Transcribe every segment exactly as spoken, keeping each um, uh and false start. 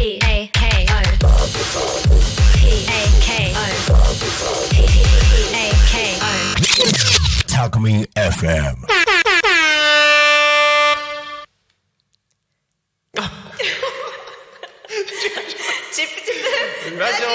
P A K O P A K O P A K O タコミン エフエム。 チップチップラジオ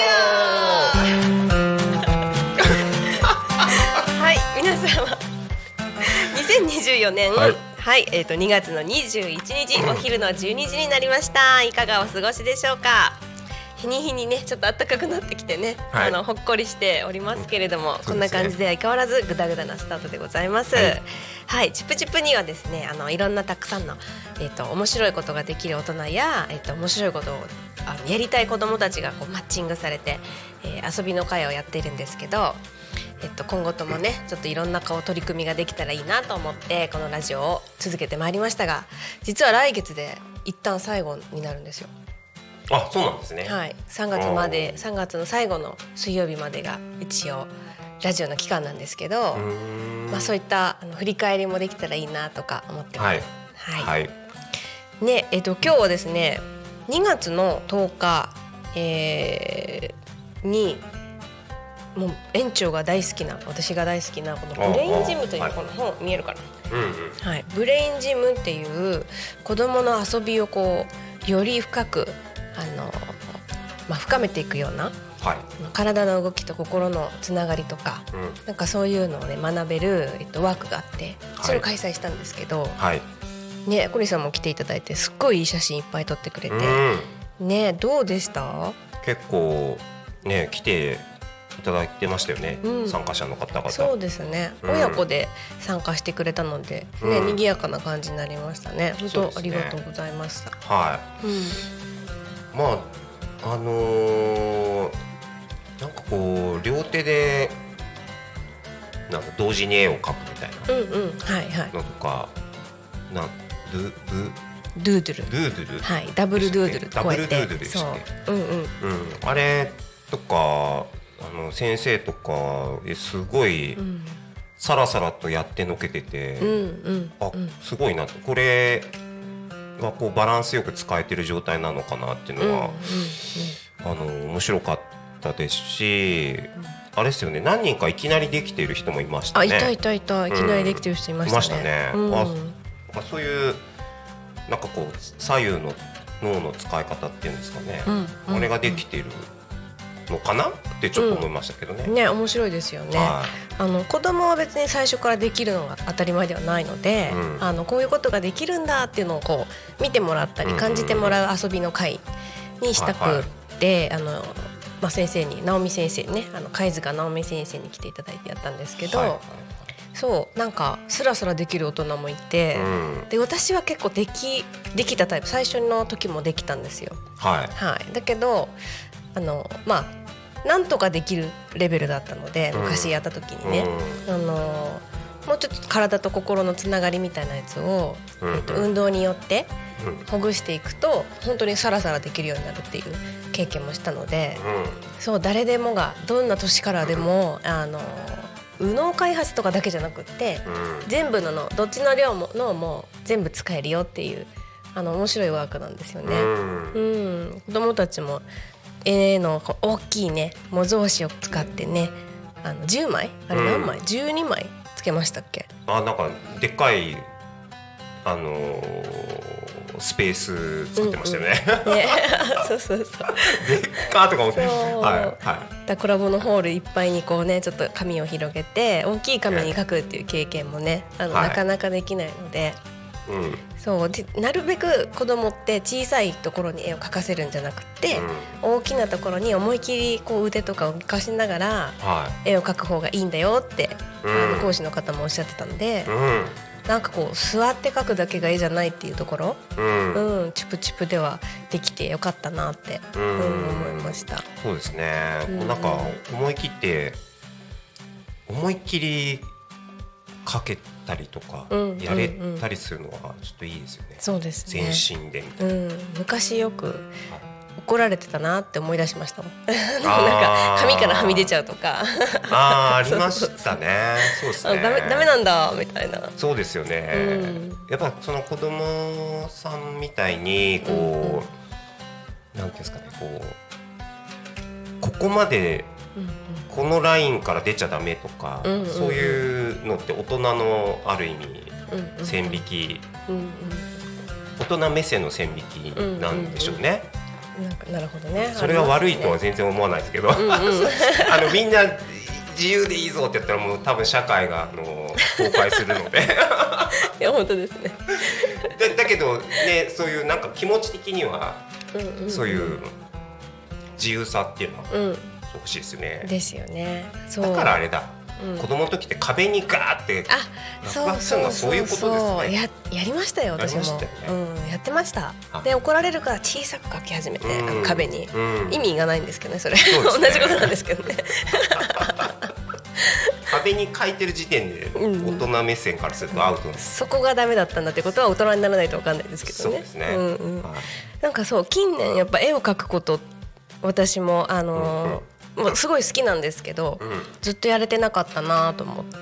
はい、皆様にせんにじゅうよねん、 はいはい、えーとにがつのにじゅういちにちお昼のじゅうにじになりました。いかがお過ごしでしょうか。日に日にねちょっと暖かくなってきてね、 はいあのほっこりしておりますけれども、 うんこんな感じで相変わらずグダグダなスタートでございます。は、 はいいチップチップにはですね、あのいろんなたくさんの、えー、と面白いことができる大人や、えー、と面白いことをあのやりたい子どもたちがこうマッチングされて、えー遊びの会をやっているんですけど、えっと、今後ともねちょっといろんなこう取り組みができたらいいなと思ってこのラジオを続けてまいりましたが、実は来月で一旦最後になるんですよ。 あ、そうなんですね。 はい、さんがつまでさんがつの最後の水曜日までが一応ラジオの期間なんですけど、 うーんまあ、そういったあの振り返りもできたらいいなとか思ってます。 はいはいはいねえっと、今日はですねにがつのとおか、えーにもう園長が大好きな私が大好きなこのブレインジムというああこの本、見えるかな、 うんうんはい、ブレインジムっていう子どもの遊びをこうより深くあの、まあ、深めていくようなはい体の動きと心のつながりとか、 うんなんかそういうのをね学べる、えっと、ワークがあってそれを開催したんですけど、 はいね、小西さんも来ていただいてすっごいいい写真いっぱい撮ってくれて、 うんね、どうでした？ 結構ね来ていただいてましたよね、 うん参加者の方々。 そうですね、 うん親子で参加してくれたので、ねうん賑やかな感じになりましたね。本当、 そうですねありがとうございました。 はうんい。まああのーなんかこう両手でなんか同時に絵を描くみたいうんうん、はいはい。 なのとか、なんドゥドゥードゥル、 ドゥドゥドゥドゥはい、ダブルドゥードゥルダブルドゥードゥルこうやってでしたっけ。 そう、うんうん、 うん、あれとかあの先生とかえすごいうんさらさらとやってのけてて、 うんうんあうんすごいなと、これはこうバランスよく使えてる状態なのかなっていうのは、あの面白かったですし、あれですよね、何人かいきなりできている人もいましたあ、 ね。 いたいたいた、いきなりできてる人いましたね。 いましたねうんああそういうなんかこう左右の脳の使い方っていうんですかね、 うんうんあれができているのかなってちょっと思いましたけどね。 ね、面白いですよね。 はあの子供は別に最初からできるのが当たり前ではないので、 うんあのこういうことができるんだっていうのをこう見てもらったりうん感じてもらう遊びの会にしたくって、あのまあ、先生に直美先生にね、あの貝塚直美先生に来ていただいてやったんですけど、 はいはいそうなんかスラスラできる大人もいて、 うんで私は結構できできたタイプ、最初の時もできたんですよ。 はいはい、だけどあのまあなんとかできるレベルだったので、 うん昔やった時にね、あのもうちょっと体と心のつながりみたいなやつを、 うんえっと、運動によってうんほぐしていくと本当にサラサラできるようになるっていう経験もしたので、そう誰でもがどんな年からでも、あの右脳開発とかだけじゃなくってうん全部の脳どっちの量も脳も全部使えるよっていうあの面白いワークなんですよね。 うんうん、子供たちも絵の大きいね模造紙を使ってね、あのじゅうまいあれ何枚、 うんじゅうにまいつけましたっけ？ あなんかでっかいあのースペース作ってましたよね。 うんうんねそうそうそうでっかーとか思って、 そうはいはだコラボのホールいっぱいにこうねちょっと紙を広げて大きい紙に書くっていう経験もねあの、 はいなかなかできないので、 い。うんそうでなるべく子供って小さいところに絵を描かせるんじゃなくて、大きなところに思い切りこう腕とかを浮かしながらは絵を描く方がいいんだよって、 うんあの講師の方もおっしゃってたので、 い。うんなんかこう座って描くだけが絵じゃないっていうところ、 うんうん、チュプチュプではできてよかったなって、 ううんん思いました。 そうですね。 うんなんか思い切って思いっきりかけたりとかうんやれたりするのはちょっといいですよね。 そうですね。 全身でみたいな。 うん、昔よく怒られてたなって思い出しましたもん。なんあーか髪からはみ出ちゃうとか、 ああありましたね。そうですね。 あダメダメなんだみたいな。 そうですよね。 うんやっぱその子供さんみたいにこなんていうんですかね、こうここまでこのラインから出ちゃダメとか、うんうんうん、そういうのって大人のある意味線引き、うんうんうん、大人目線の線引きなんでしょうね、 うんうんうん、なんかなるほどね。 それは悪いとは全然思わないですけど、うんうん、あのみんな自由でいいぞって言ったらもう多分社会があの崩壊するのでいや本当ですねだ, だけどね、そういうなんか気持ち的には、うんうんうん、そういう自由さっていうのは、うん欲しいですよね。 ですよね。そうだからあれだ、うん、子供の時って壁にガーって落書きするのはそういうことですね。 や, やりましたよ私も。や, ねうん、やってました。で怒られるから小さく書き始めて、うん、壁に、うん、意味がないんですけどねそれ。そうですね同じことなんですけどね壁に書いてる時点で大人目線からするとアウトなんです、 うん、そこがダメだったんだってことは大人にならないと分かんないですけどね。 そうですね、 うんうんはい、なんかそう近年やっぱ絵を描くこと私もあのーうんうんもうすごい好きなんですけど、うん、ずっとやれてなかったなと思って。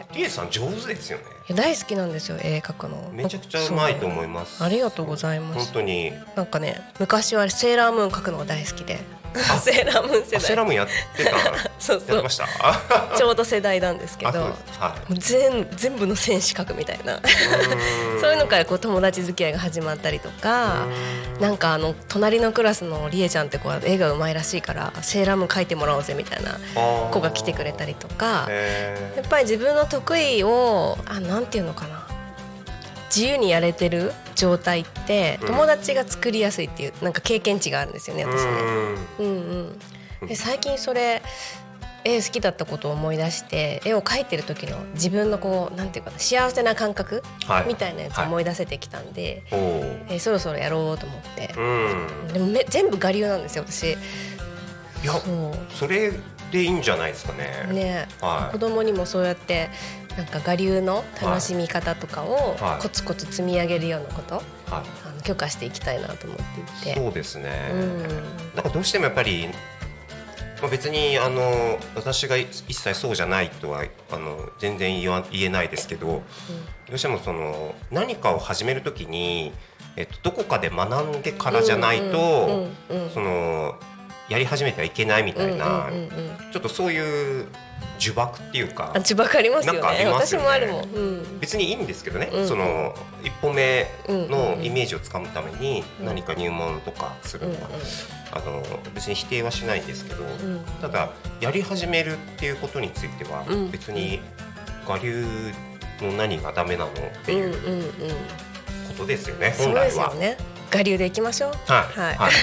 リエさん上手ですよね。 大好きなんですよ絵描くの。 めちゃくちゃうまいと思います。 ありがとうございます。 本当になんかね昔はセーラームーン描くのが大好きでセーラームーン世代セーラームーンやってたそうそうやってましたちょうど世代なんですけど、はい、もう 全, 全部の戦士描くみたいなそういうのからこう友達付き合いが始まったりとか、なんかあの隣のクラスのリエちゃんって子は絵がうまいらしいからセーラームーン描いてもらおうぜみたいな子が来てくれたりとか、やっぱり自分の得意をあなんていうのかな自由にやれてる状態って友達が作りやすいっていうなんか経験値があるんですよね私ね。うんうん、で最近それ絵好きだったことを思い出して絵を描いてる時の自分のこうなんていうかな幸せな感覚、はい、みたいなやつを思い出せてきたんで、はいえー、そろそろやろうと思って、うん、でもめ全部我流なんですよ私。 いや そ, それでいいんじゃないですかね。 ね、はい、子供にもそうやってなんか我流の楽しみ方とかをコツコツ積み上げるようなこと、はい、あの許可していきたいなと思っていて。 そうですね、うん、なんかどうしてもやっぱり、まあ、別にあの私が一切そうじゃないとはあの全然 言, わ言えないですけど、うん、どうしてもその何かを始めるときに、えっと、どこかで学んでからじゃないとそのやり始めてはいけないみたいな、うんうんうんうん、ちょっとそういう呪縛っていうか呪縛ありますよね。 なんかありますよね。 私もあるもん、うん、 別にいいんですけどね、うん、その一歩目のイメージをつかむために何か入門とかするのは、うんうん、あの別に否定はしないんですけど、うん、ただやり始めるっていうことについては別に我流の何がダメなのっていうことですよね、本来は。 そうですよね、我流でいきましょう。 はいはいはい、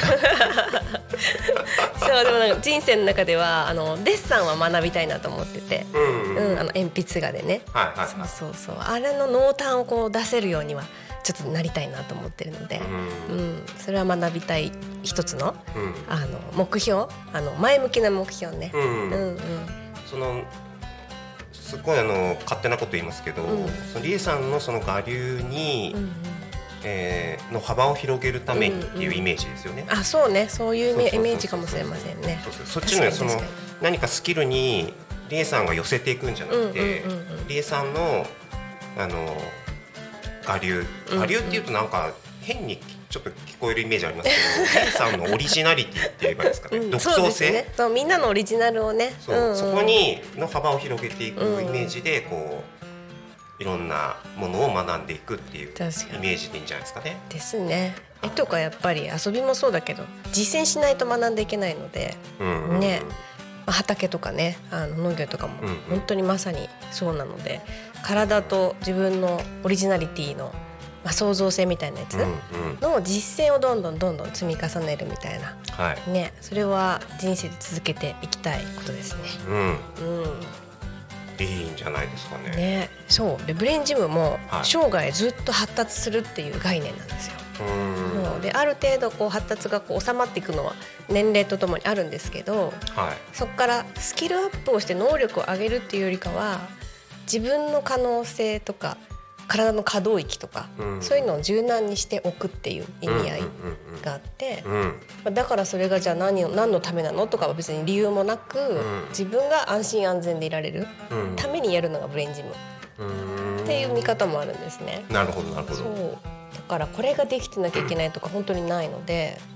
そうでもなんか人生の中ではあのデッサンは学びたいなと思ってて、うんうんうん、あの鉛筆画でね、はいはいはい、そうそうそうあれの濃淡をこう出せるようにはちょっとなりたいなと思ってるので、うんうん、それは学びたい一つの、うん、あの目標あの前向きな目標ね、うんうんうん、 そのすごいあの勝手なこと言いますけど、うん、そのリエさんのその我流に、うんうんえー、の幅を広げるためにっていうイメージですよね、 うんうん、あそうねそういうイメージかもしれませんね。 そっちのその何かスキルにリエさんが寄せていくんじゃなくて、うんうんうんうん、リエさんのあの我流我流っていうとなんか変にちょっと聞こえるイメージありますけどリエさんのオリジナリティって言えばいいですかね、うん、独創性 そうですね、 そうみんなのオリジナルをねそう、うんうん、そこにの幅を広げていくイメージでこういろんなものを学んでいくっていうイメージでいいんじゃないですかね。 ですね。絵とかやっぱり遊びもそうだけど実践しないと学んでいけないので、うんうん、ね、まあ、畑とかねあの農業とかも本当にまさにそうなので、うんうん、体と自分のオリジナリティの、まあ、創造性みたいなやつの実践をどんどんどんどん積み重ねるみたいな、はいね、それは人生で続けていきたいことですね。うん、うんいいんじゃないですか ね, ねそうでブレインジムも生涯ずっと発達するっていう概念なんですよ。うんである程度こう発達がこう収まっていくのは年齢とともにあるんですけど、はい、そこからスキルアップをして能力を上げるっていうよりかは自分の可能性とか体の可動域とか、うん、そういうのを柔軟にしておくっていう意味合いがあって、うんうん、だからそれがじゃあ 何, 何のためなのとかは別に理由もなく、うん、自分が安心安全でいられるためにやるのがブレインジムっていう見方もあるんですね。 なるほどなるほど。 そうだからこれができてなきゃいけないとか本当にないので、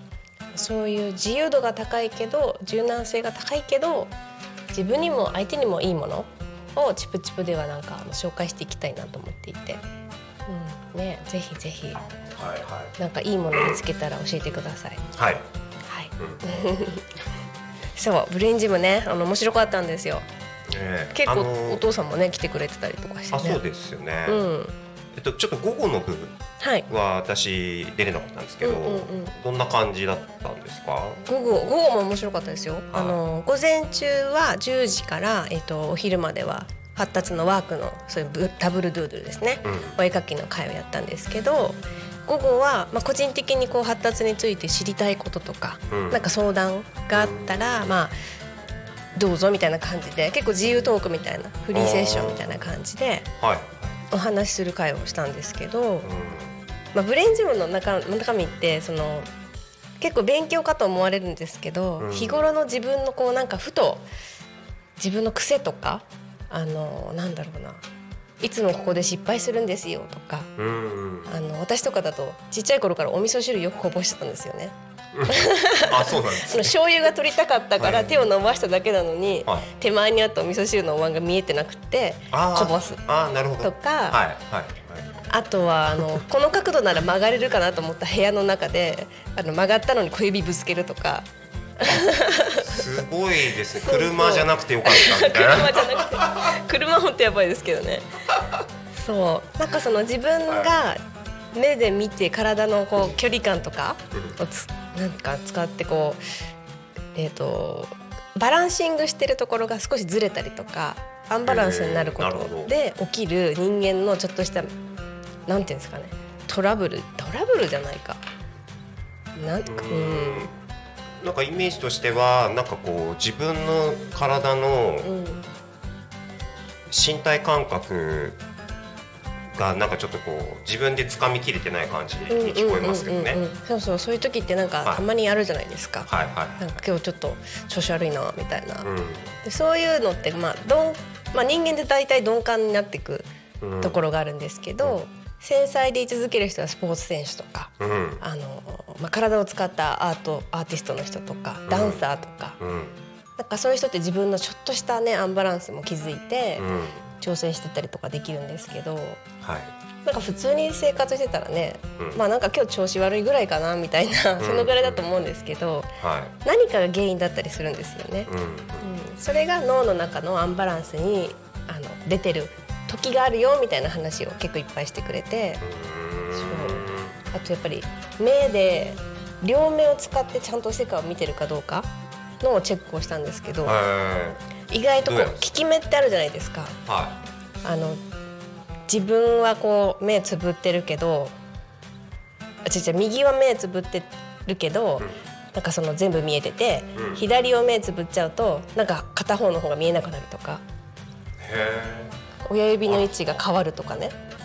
そういう自由度が高いけど柔軟性が高いけど自分にも相手にもいいものをチプチプではなんかあの紹介していきたいなと思っていて、うんね、ぜひぜひ、 はいはい、 なんかいいもの見つけたら教えてください。 はい、 はいうん、そうブレインジムねあの面白かったんですよ、 えー、 結構、 あのー、 お父さんもね来てくれてたりとかしてね。 あそうですよね、 うんえっと、ちょっと午後の部はいは私出れなかったんですけど、 うんうんうん、 どんな感じだったんですか？ 午後、午後も面白かったですよ。あの午前中はじゅうじから、えっと、お昼までは発達のワークのそういうダブルドゥードゥルですね、うん、お絵描きの会をやったんですけど、午後は、まあ、個人的にこう発達について知りたいこととか、うん、なんか相談があったら、うん、まあどうぞみたいな感じで結構自由トークみたいなフリーセッションみたいな感じでお話しする会をしたんですけど、うんまあ、ブレインジムの 中, 中身ってその結構勉強かと思われるんですけど、うん、日頃の自分のこうなんかふと自分の癖とかあのなんだろうないつもここで失敗するんですよとか、うんうん、あの私とかだとちっちゃい頃からお味噌汁よくこぼしてたんですよねあそうなんですね、 醤油が取りたかったから手を伸ばしただけなのに、はい、手前にあったお味噌汁のお椀が見えてなくてこぼすとか、 はいはいはい、 あとはあのこの角度なら曲がれるかなと思った部屋の中であの曲がったのに小指ぶつけるとかすごいですね。車じゃなくてよかったみたいな車じゃなくて車ほんとやばいですけどねそうなんかその自分が目で見て体のこう距離感とかをつなんか使ってこう、えーと、バランシングしてるところが少しずれたりとかアンバランスになることで起きる人間のちょっとしたなんていうんですかねトラブルトラブルじゃないかなんかうんなんかイメージとしてはなんかこう自分の体の身体感覚がなんかちょっとこう自分で掴みきれてない感じに聞こえますけどね。 そうそうそういう時ってなんかたまにあるじゃないですか。 はいはい、 なんか今日ちょっと調子悪いなみたいな、うん、でそういうのってまあどん、まあ、人間って大体鈍感になっていくところがあるんですけど、うん、繊細で居続ける人はスポーツ選手とか、うん、あのまあ、体を使ったアートアーティストの人とかダンサーとか、うん、なんかそういう人って自分のちょっとしたねアンバランスも気づいて、うん調整してたりとかできるんですけど、はい、なんか普通に生活してたらね、うん、まあなんか今日調子悪いぐらいかなみたいな、うん、そのぐらいだと思うんですけど、うんはい、何かが原因だったりするんですよね、うんうん、それが脳の中のアンバランスにあの出てる時があるよみたいな話を結構いっぱいしてくれて、そうあとやっぱり目で両目を使ってちゃんと世界を見てるかどうかのチェックをしたんですけど、意外とこう効き目ってあるじゃないですか、はい、あの自分はこう目つぶってるけどあ違う違う右は目つぶってるけど、うん、なんかその全部見えてて、うん、左を目つぶっちゃうとなんか片方の方が見えなくなるとかへ親指の位置が変わるとかね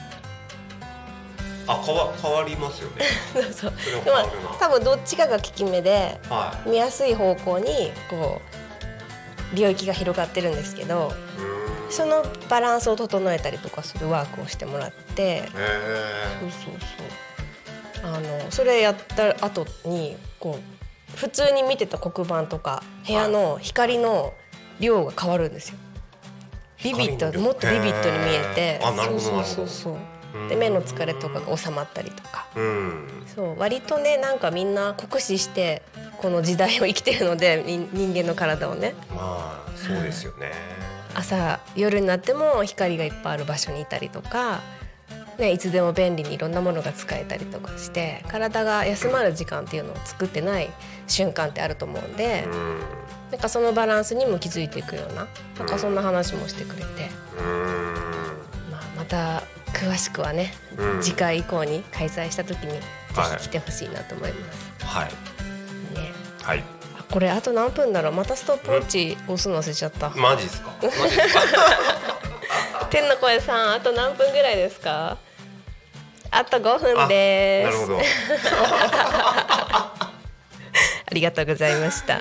あ変わ、変わりますよねそうでも多分どっちかが効き目で、はい、見やすい方向にこう領域が広がってるんですけどそのバランスを整えたりとかするワークをしてもらってそうそうそうあのそれやった後にこう普通に見てた黒板とか部屋の光の量が変わるんですよ。ビビッドもっとビビッドに見えてあなるほどそうそうそうで目の疲れとかが収まったりとか、うん、そう割とねなんかみんな酷使してこの時代を生きてるので人間の体をねまあそうですよね、 うん、朝夜になっても光がいっぱいある場所にいたりとか、ね、いつでも便利にいろんなものが使えたりとかして体が休まる時間っていうのを作ってない瞬間ってあると思うんで、うん、なんかそのバランスにも気づいていくような、なんかそんな話もしてくれて、うんまあ、また詳しくはね、うん、次回以降に開催した時にぜひ来てほしいなと思います。 はい。 ね。 はい。 これあと何分だろう。またストップウォッチ押すの忘れちゃった。 マジですか。マジですか。 天の声さんあと何分ぐらいですか。あとごふんです。 なるほど。 ありがとうございました。はい。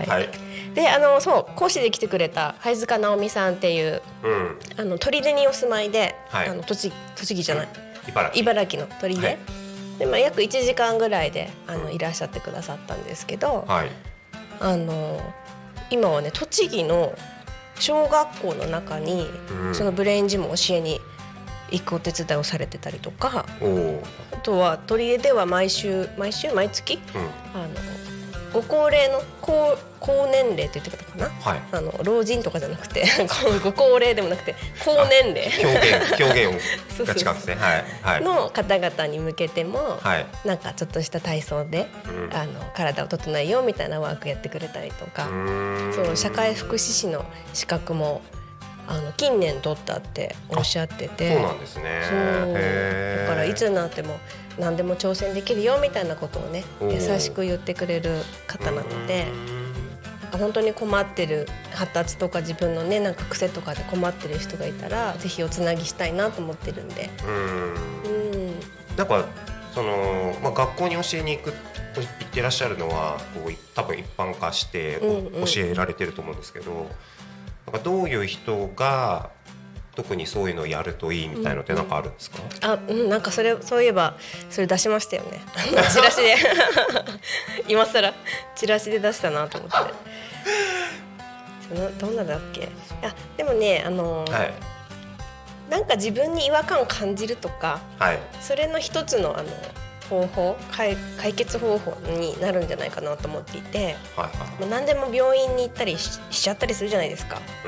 はいであのそう講師で来てくれた貝塚直美さんっていう、うん、あの砦にお住まいで、はい、あの栃木栃木じゃない、 茨城茨城の砦、はい、 で、まあ、約いちじかんぐらいであのいらっしゃってくださったんですけど、 はい、 あの今はね栃木の小学校の中に、うん、そのブレインジムを教えに行くお手伝いをされてたりとか、 おあとは取り柄では毎週毎週毎月、うん、あのご高齢の 高, 高年齢って言ってたかな、はい、あの老人とかじゃなくてご高齢でもなくて高年齢表現表現が違うんですねはいはい、 の方々に向けても、 はい、 なんかちょっとした体操で、うん、あの体を整えようみたいなワークやってくれたりとか、そう社会福祉士の資格もあの近年取ったっておっしゃってて、 そうなんですね。 そうだからいつになっても何でも挑戦できるよみたいなことをね優しく言ってくれる方なので、なんか本当に困ってる発達とか自分のねなんか癖とかで困ってる人がいたらぜひおつなぎしたいなと思ってるんで、 うんうんなんかその、まあ、学校に教えに行く行ってらっしゃるのはこう多分一般化して、うんうん、教えられてると思うんですけど、なんかどういう人が特にそういうのをやるといいみたいのってなんかあるんですか？ あ、うん、なんかそれそういえばそれ出しましたよねチラシで今更チラシで出したなと思ってそのどんなだっけ？いやでもねあの、はい、なんか自分に違和感を感じるとか、はい、それの一つのあの方法 解, 解決方法になるんじゃないかなと思っていて、はいはい、まあ、何でも病院に行ったり し, しちゃったりするじゃないですか、うん、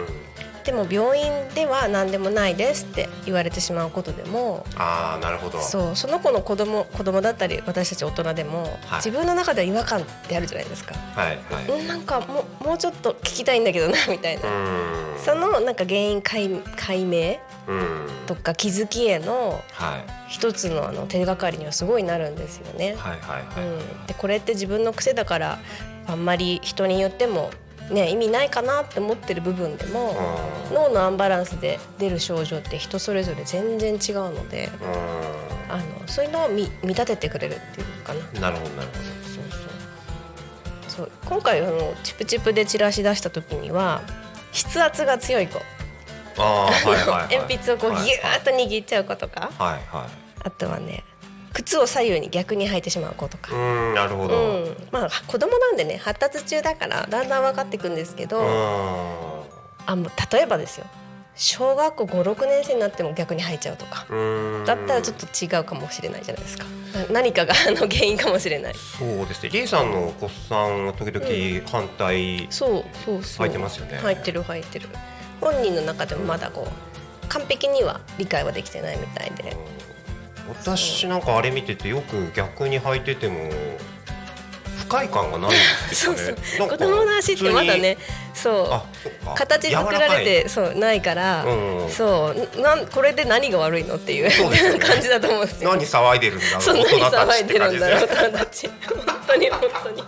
でも病院では何でもないですって言われてしまうことでも、 あーなるほど、 そうその子の子供子供だったり私たち大人でも、はい、自分の中では違和感ってあるじゃないですか、 はいはい、 なんかも う, もうちょっと聞きたいんだけどなみたいな、そのなんか原因 解, 解明とか気づきへの一つ の, あの手がかりにはすごいなるんですよね、はいはいはい、うん、でこれって自分の癖だからあんまり人によっても、ね、意味ないかなって思ってる部分でも脳のアンバランスで出る症状って人それぞれ全然違うので、あのそういうのを 見, 見立ててくれるっていうのかな。 なるほどなるほど。 そうそうそう、今回あのチプチプでチラシ出した時には筆圧が強い子、あ、はいはいはい、鉛筆をこうギューッと握っちゃう子とか、はいはい、あとはね靴を左右に逆に履いてしまう子とか、 うーんなるほど、 うん、まあ子供なんでね発達中だからだんだん分かっていくんですけど、あもう例えばですよ小学校ご、ろくねん生になっても逆に履いちゃうとかだったらちょっと違うかもしれないじゃないですか。何かがの原因かもしれない。 そうですね。リエさんのお子さんは時々反対、うん、そうそうそう履いてますよね。 履いてる履いてる。本人の中でもまだこう完璧には理解はできてないみたいで、 私なんかあれ見ててよく逆に履いてても不快感がないんですかね。 そうそう、子供の足ってまだね、そう形作られてそうないから、うん、そうなんこれで何が悪いのっていう、ね、感じだと思うんですよ。 何騒いでるんだろう、 そう何騒いでるんだろう大人たち本当に本当に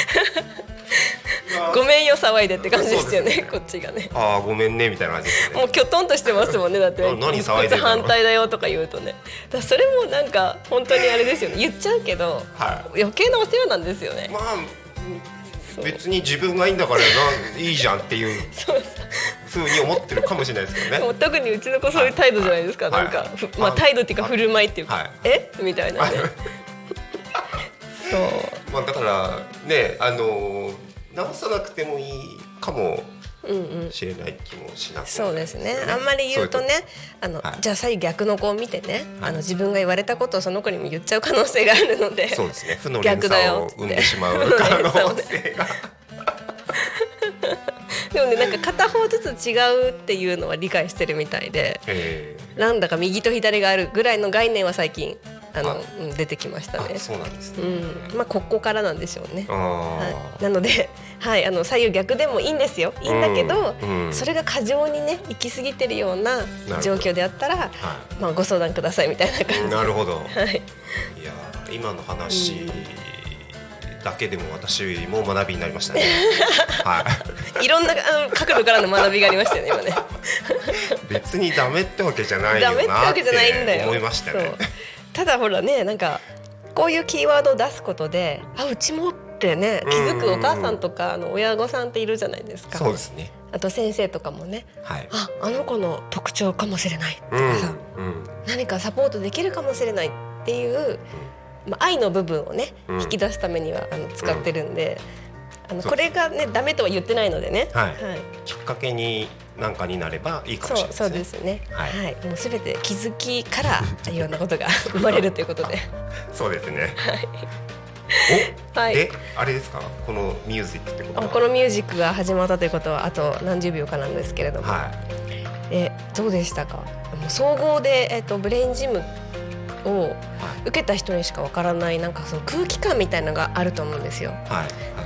ごめんよ騒いでって感じですよ ね, ねこっちがね、 ああごめんねみたいな感じですね。 もうきょとんとしてますもんね。だって何騒いでるの反対だよとか言うとね、だそれもなんか本当にあれですよね、言っちゃうけど、はい、余計なお世話なんですよね。 まあ別に自分がいいんだからないいじゃんっていうふうに思ってるかもしれないですけどね。 もう特にうちの子そういう態度じゃないですか、はい、なんか、はい、まあ、態度っていうか振る舞いっていうか、はい、えみたいなねそう、 まあ、だからねあのー直さなくてもいいかもしれない気もしなくて、ね、 そうですね。あんまり言うとね、あの、はい、じゃあ左右逆の子を見てね、はい、あの自分が言われたことをその子にも言っちゃう可能性があるので、 そうですね、負の連鎖を生んでしまう可能性がでもね、なんか片方ずつ違うっていうのは理解してるみたいで、なんだか右と左があるぐらいの概念は最近あのうん、出てきましたね。 そうなんですね、 うん、まあここからなんでしょうね。はい、なので、はい、あの左右逆でもいいんですよ、いいんだけど、うんうん、それが過剰にね行き過ぎてるような状況であったら、はい、まあ、ご相談くださいみたいな感じ。 なるほど、 はい、 いや今の話だけでも私も学びになりましたねはい、いろんなあの角度からの学びがありましたよね今ね別にダメってわけじゃないよなって思いましたね。 ただほらね、なんかこういうキーワードを出すことで、あうちもってね気づくお母さんとかあの親御さんっているじゃないですか。 そうですね。 あと先生とかもね、はい、ああの子の特徴かもしれないとかさ、うんうん、何かサポートできるかもしれないっていうまあ、愛の部分をね、 うん、 引き出すためにはあの使ってるんで、うん、あのこれがねダメとは言ってないのでね、 はいはい、きっかけになんかになればいいかもしれないですね。 そう、そうですね、はいはい、 もうすべて気づきからいろんなことが生まれるということでそうですね、 はいお、 はい、 え、あれですか、このミュージックってことは。 このミュージックが始まったということはあと何十秒かなんですけれども、 はい、 えどうでしたか。もう総合で、えっと、ブレインジムを受けた人にしかわからないなんかその空気感みたいなのがあると思うんですよ、 はいはい、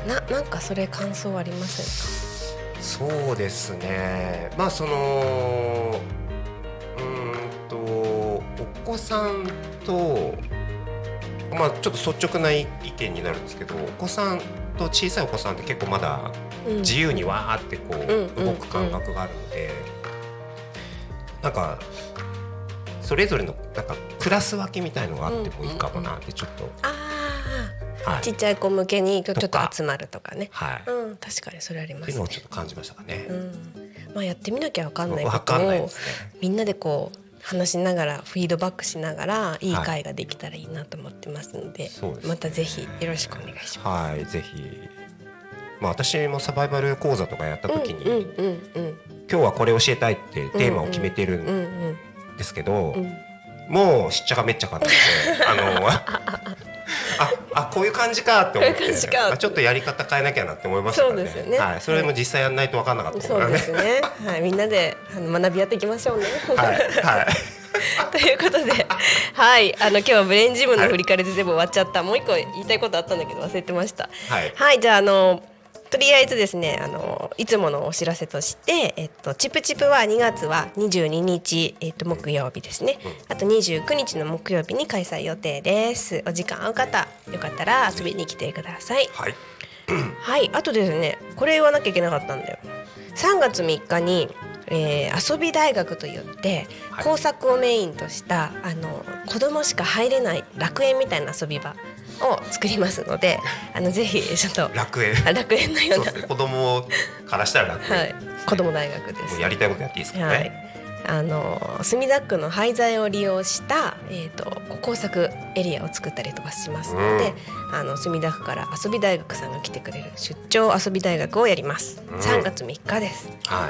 な, なんかそれ感想ありませんか。 そうですね、まあそのうーんとお子さんと、まあ、ちょっと率直な意見になるんですけど、お子さんと小さいお子さんって結構まだ自由にわーってこう動く感覚があるので、なんかそれぞれのなんかクラス分けみたいのがあってもいいかもなってちょっと、 あ、はい、ちっちゃい子向けにちょっと集まるとかね、 はい、 うん、確かにそれありますね。 っていうのをちょっと感じましたかね、 うん、まあ、やってみなきゃ分かんないことを分かんないですね。 みんなでこう話しながらフィードバックしながらいい会ができたらいいなと思ってますので、はい、またぜひよろしくお願いします。 はい、ぜひ、まあ、私もサバイバル講座とかやった時に、うんうんうんうん、今日はこれ教えたいってテーマを決めてるんですけど、うんうんうんうん、もうしっちゃかめっちゃかってあのあ, あこういう感じかって思って、まあ、ちょっとやり方変えなきゃなって思いましたからね。そうですよね、はい、それも実際やんないと分かんなかったからね。 そうですね、はい、みんなであの学び合っていきましょうね。 はい、はいということで、はい、あの今日はブレインジムの振り返りで全部終わっちゃった、はい、もう一個言いたいことあったんだけど忘れてました。はい、はい、じゃああのとりあえずですね、あのいつものお知らせとして、えっと、チップチップはにがつはにじゅうににち、えっと、木曜日ですね、うん、あとにじゅうくにちの木曜日に開催予定です。お時間合う方よかったら遊びに来てください。はい、はい、あとですね、これ言わなきゃいけなかったんだよ。さんがつみっかに、えー、遊び大学といって、はい、工作をメインとしたあの子供しか入れない楽園みたいな遊び場を作りますので、あのぜひちょっと楽園楽園のような、 そうですね、子供からしたら楽園、はい、 子供大学です。 もうやりたいことやっていいですかね。はい、 あの墨田区の廃材を利用した、えーと、工作エリアを作ったりとかしますので、うん、あの墨田区から遊び大学さんが来てくれる出張遊び大学をやります。うん、さんがつみっかです。はい、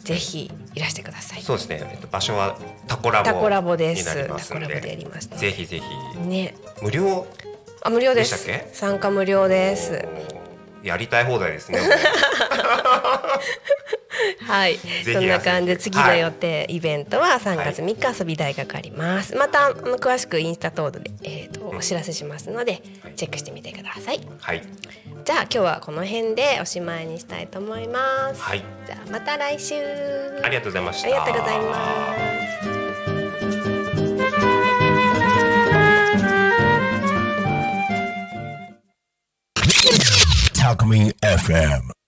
ぜひいらしてください。 そうですね、えっと、場所はタコラボタコラボです。 になりますので、 タコラボでやります、 ぜひぜひ、 ね、 無料あ、無料です。 でしたっけ？ 参加無料です。 やりたい放題ですね。 はい、そんな感じで次の予定、はい、イベントはさんがつみっか遊び大学あります。またあの詳しくインスタ等で、えーと、お知らせしますので、うん、チェックしてみてください。はい、じゃあ今日はこの辺でおしまいにしたいと思います。はい、じゃあまた来週。 ありがとうございました。 ありがとうございます。 Talk Me エフエム